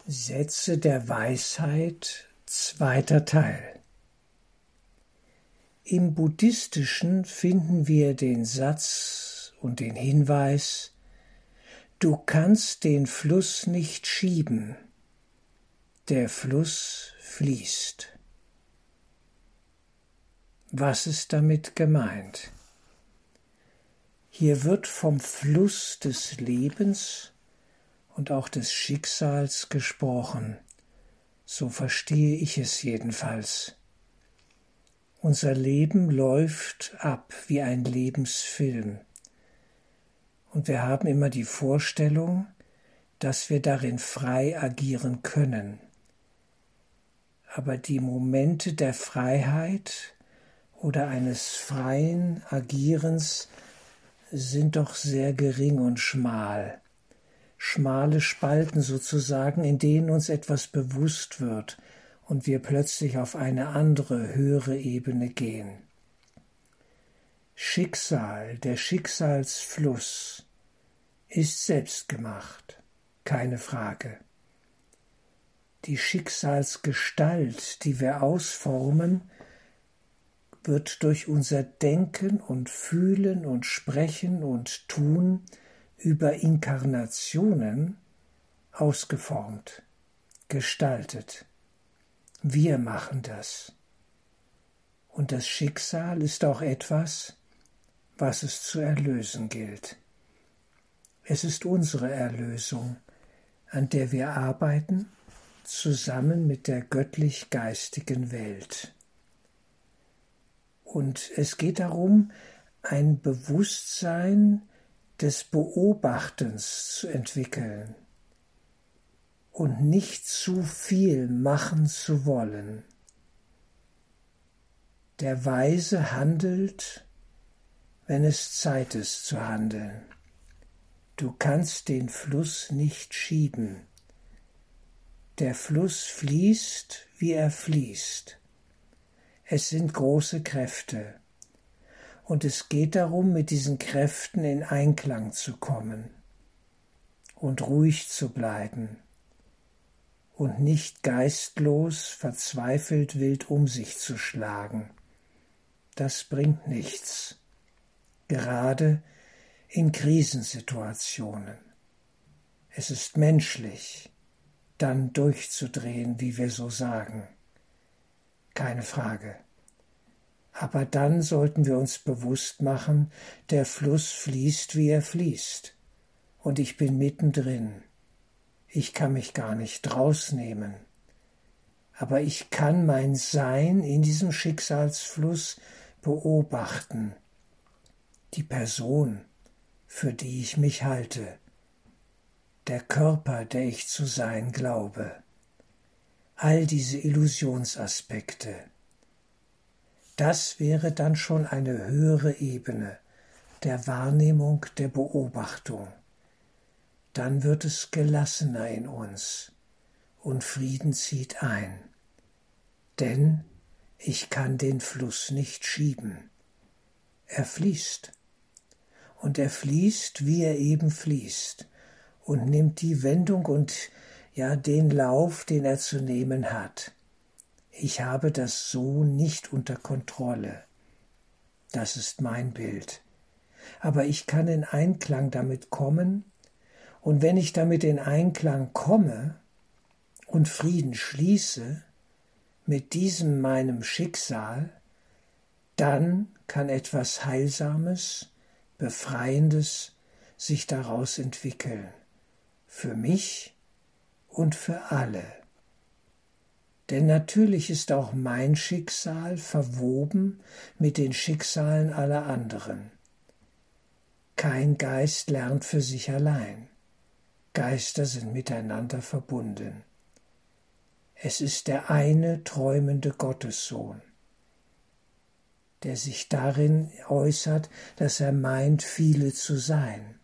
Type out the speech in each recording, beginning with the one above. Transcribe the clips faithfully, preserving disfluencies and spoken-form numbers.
Sätze der Weisheit, zweiter Teil. Im Buddhistischen finden wir den Satz und den Hinweis: Du kannst den Fluss nicht schieben, der Fluss fließt. Was ist damit gemeint? Hier wird vom Fluss des Lebens und auch des Schicksals gesprochen. So verstehe ich es jedenfalls. Unser Leben läuft ab wie ein Lebensfilm. Und wir haben immer die Vorstellung, dass wir darin frei agieren können. Aber die Momente der Freiheit oder eines freien Agierens sind doch sehr gering und schmal. Schmale Spalten sozusagen, in denen uns etwas bewusst wird und wir plötzlich auf eine andere, höhere Ebene gehen. Schicksal, der Schicksalsfluss, ist selbstgemacht, keine Frage. Die Schicksalsgestalt, die wir ausformen, wird durch unser Denken und Fühlen und Sprechen und Tun über Inkarnationen ausgeformt, gestaltet. Wir machen das. Und das Schicksal ist auch etwas, was es zu erlösen gilt. Es ist unsere Erlösung, an der wir arbeiten, zusammen mit der göttlich-geistigen Welt. Und es geht darum, ein Bewusstsein des Beobachtens zu entwickeln und nicht zu viel machen zu wollen. Der Weise handelt, wenn es Zeit ist zu handeln. Du kannst den Fluss nicht schieben. Der Fluss fließt, wie er fließt. Es sind große Kräfte. Und es geht darum, mit diesen Kräften in Einklang zu kommen und ruhig zu bleiben und nicht geistlos, verzweifelt wild um sich zu schlagen. Das bringt nichts, gerade in Krisensituationen. Es ist menschlich, dann durchzudrehen, wie wir so sagen. Keine Frage. Aber dann sollten wir uns bewusst machen, der Fluss fließt, wie er fließt. Und ich bin mittendrin. Ich kann mich gar nicht rausnehmen. Aber ich kann mein Sein in diesem Schicksalsfluss beobachten. Die Person, für die ich mich halte. Der Körper, der ich zu sein glaube. All diese Illusionsaspekte. Das wäre dann schon eine höhere Ebene der Wahrnehmung, der Beobachtung. Dann wird es gelassener in uns und Frieden zieht ein. Denn ich kann den Fluss nicht schieben. Er fließt. Und er fließt, wie er eben fließt und nimmt die Wendung und ja den Lauf, den er zu nehmen hat. Ich habe das so nicht unter Kontrolle. Das ist mein Bild. Aber ich kann in Einklang damit kommen, und wenn ich damit in Einklang komme und Frieden schließe mit diesem meinem Schicksal, dann kann etwas Heilsames, Befreiendes sich daraus entwickeln. Für mich und für alle. Denn natürlich ist auch mein Schicksal verwoben mit den Schicksalen aller anderen. Kein Geist lernt für sich allein. Geister sind miteinander verbunden. Es ist der eine träumende Gottessohn, der sich darin äußert, dass er meint, viele zu sein.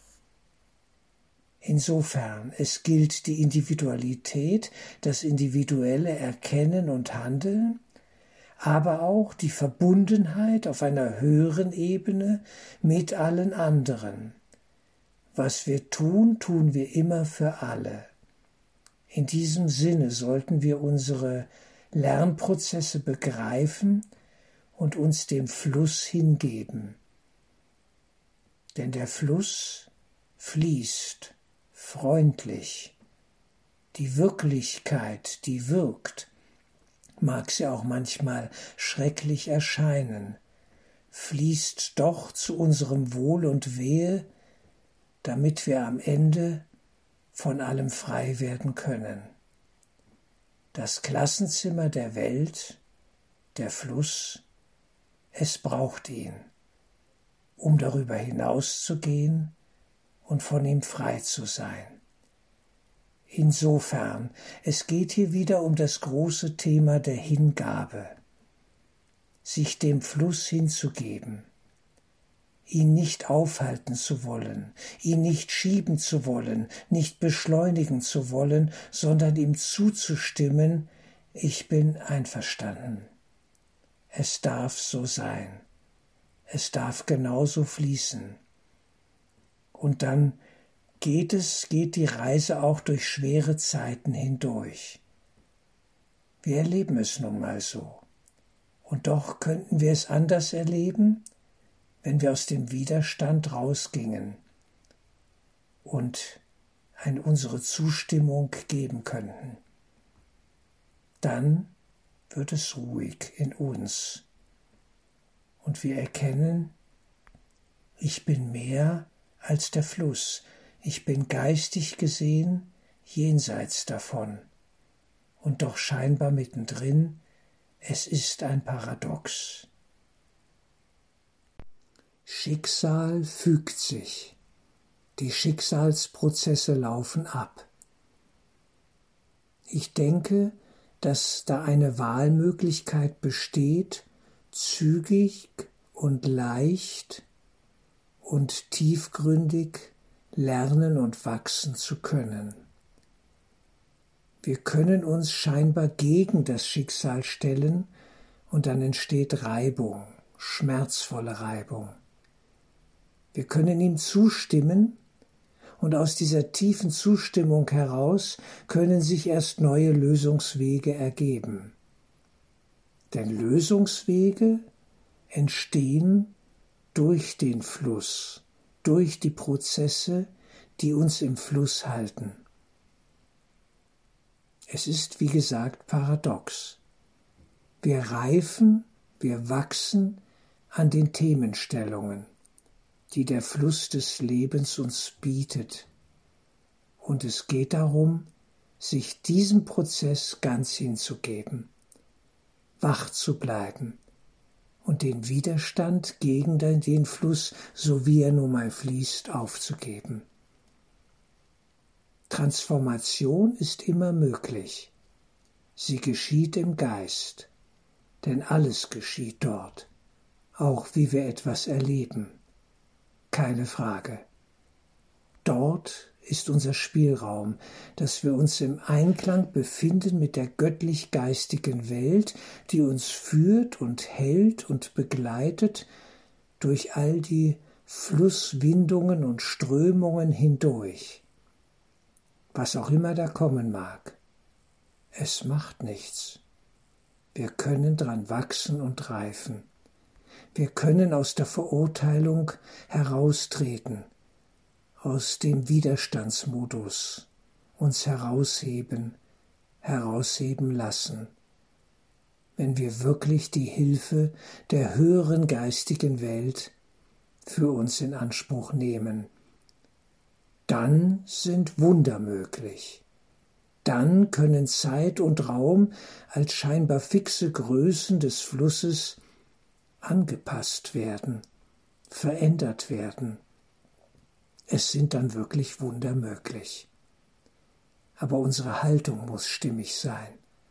Insofern, es gilt die Individualität, das individuelle Erkennen und Handeln, aber auch die Verbundenheit auf einer höheren Ebene mit allen anderen. Was wir tun, tun wir immer für alle. In diesem Sinne sollten wir unsere Lernprozesse begreifen und uns dem Fluss hingeben. Denn der Fluss fließt freundlich. Die Wirklichkeit, die wirkt, mag sie auch manchmal schrecklich erscheinen, fließt doch zu unserem Wohl und Wehe, damit wir am Ende von allem frei werden können. Das Klassenzimmer der Welt, der Fluss, es braucht ihn, um darüber hinauszugehen und von ihm frei zu sein. Insofern, es geht hier wieder um das große Thema der Hingabe, sich dem Fluss hinzugeben, ihn nicht aufhalten zu wollen, ihn nicht schieben zu wollen, nicht beschleunigen zu wollen, sondern ihm zuzustimmen, ich bin einverstanden. Es darf so sein. Es darf genauso fließen. Und dann geht es, geht die Reise auch durch schwere Zeiten hindurch. Wir erleben es nun mal so. Und doch könnten wir es anders erleben, wenn wir aus dem Widerstand rausgingen und ein, unsere Zustimmung geben könnten. Dann wird es ruhig in uns. Und wir erkennen, ich bin mehr als der Fluss. Ich bin geistig gesehen jenseits davon. Und doch scheinbar mittendrin, es ist ein Paradox. Schicksal fügt sich. Die Schicksalsprozesse laufen ab. Ich denke, dass da eine Wahlmöglichkeit besteht, zügig und leicht und tiefgründig lernen und wachsen zu können. Wir können uns scheinbar gegen das Schicksal stellen und dann entsteht Reibung, schmerzvolle Reibung. Wir können ihm zustimmen und aus dieser tiefen Zustimmung heraus können sich erst neue Lösungswege ergeben. Denn Lösungswege entstehen durch den Fluss, durch die Prozesse, die uns im Fluss halten. Es ist, wie gesagt, paradox. Wir reifen, wir wachsen an den Themenstellungen, die der Fluss des Lebens uns bietet. Und es geht darum, sich diesem Prozess ganz hinzugeben, wach zu bleiben und den Widerstand gegen den Fluss, so wie er nun mal fließt, aufzugeben. Transformation ist immer möglich. Sie geschieht im Geist, denn alles geschieht dort, auch wie wir etwas erleben. Keine Frage. Dort ist unser Spielraum, dass wir uns im Einklang befinden mit der göttlich-geistigen Welt, die uns führt und hält und begleitet durch all die Flusswindungen und Strömungen hindurch. Was auch immer da kommen mag, es macht nichts. Wir können dran wachsen und reifen. Wir können aus der Verurteilung heraustreten, aus dem Widerstandsmodus, uns herausheben, herausheben lassen, wenn wir wirklich die Hilfe der höheren geistigen Welt für uns in Anspruch nehmen. Dann sind Wunder möglich. Dann können Zeit und Raum als scheinbar fixe Größen des Flusses angepasst werden, verändert werden. Es sind dann wirklich Wunder möglich. Aber unsere Haltung muss stimmig sein.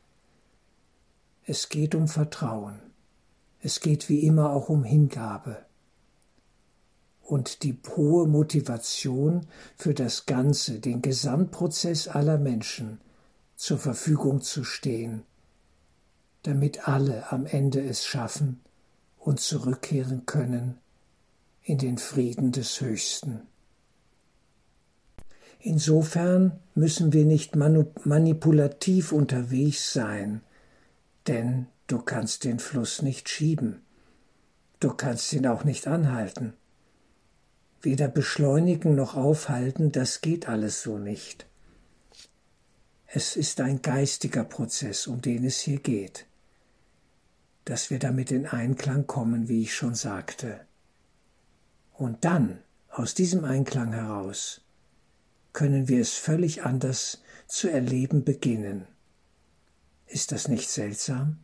Es geht um Vertrauen. Es geht wie immer auch um Hingabe. Und die hohe Motivation für das Ganze, den Gesamtprozess aller Menschen zur Verfügung zu stehen, damit alle am Ende es schaffen und zurückkehren können in den Frieden des Höchsten. Insofern müssen wir nicht manipulativ unterwegs sein, denn du kannst den Fluss nicht schieben. Du kannst ihn auch nicht anhalten. Weder beschleunigen noch aufhalten, das geht alles so nicht. Es ist ein geistiger Prozess, um den es hier geht, dass wir damit in Einklang kommen, wie ich schon sagte. Und dann, aus diesem Einklang heraus, können wir es völlig anders zu erleben beginnen. Ist das nicht seltsam?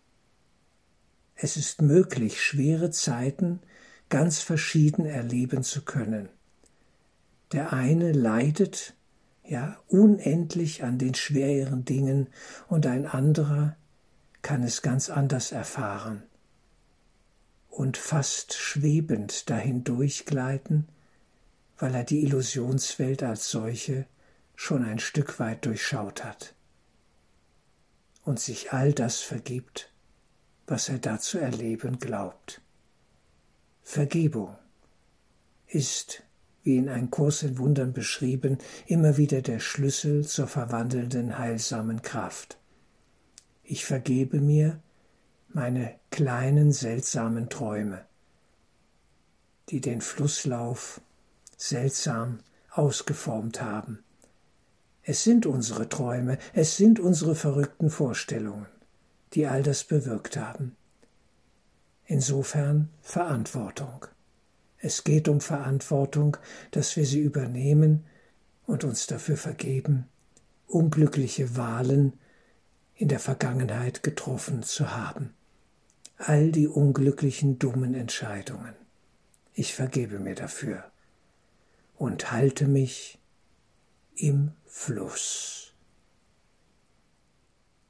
Es ist möglich, schwere Zeiten ganz verschieden erleben zu können. Der eine leidet, ja, unendlich an den schweren Dingen und ein anderer kann es ganz anders erfahren und fast schwebend dahin durchgleiten, weil er die Illusionswelt als solche schon ein Stück weit durchschaut hat und sich all das vergibt, was er da zu erleben glaubt. Vergebung ist, wie in einem Kurs in Wundern beschrieben, immer wieder der Schlüssel zur verwandelnden, heilsamen Kraft. Ich vergebe mir meine kleinen, seltsamen Träume, die den Flusslauf seltsam ausgeformt haben. Es sind unsere Träume, es sind unsere verrückten Vorstellungen, die all das bewirkt haben. Insofern Verantwortung. Es geht um Verantwortung, dass wir sie übernehmen und uns dafür vergeben, unglückliche Wahlen in der Vergangenheit getroffen zu haben. All die unglücklichen, dummen Entscheidungen. Ich vergebe mir dafür und halte mich im Fluss.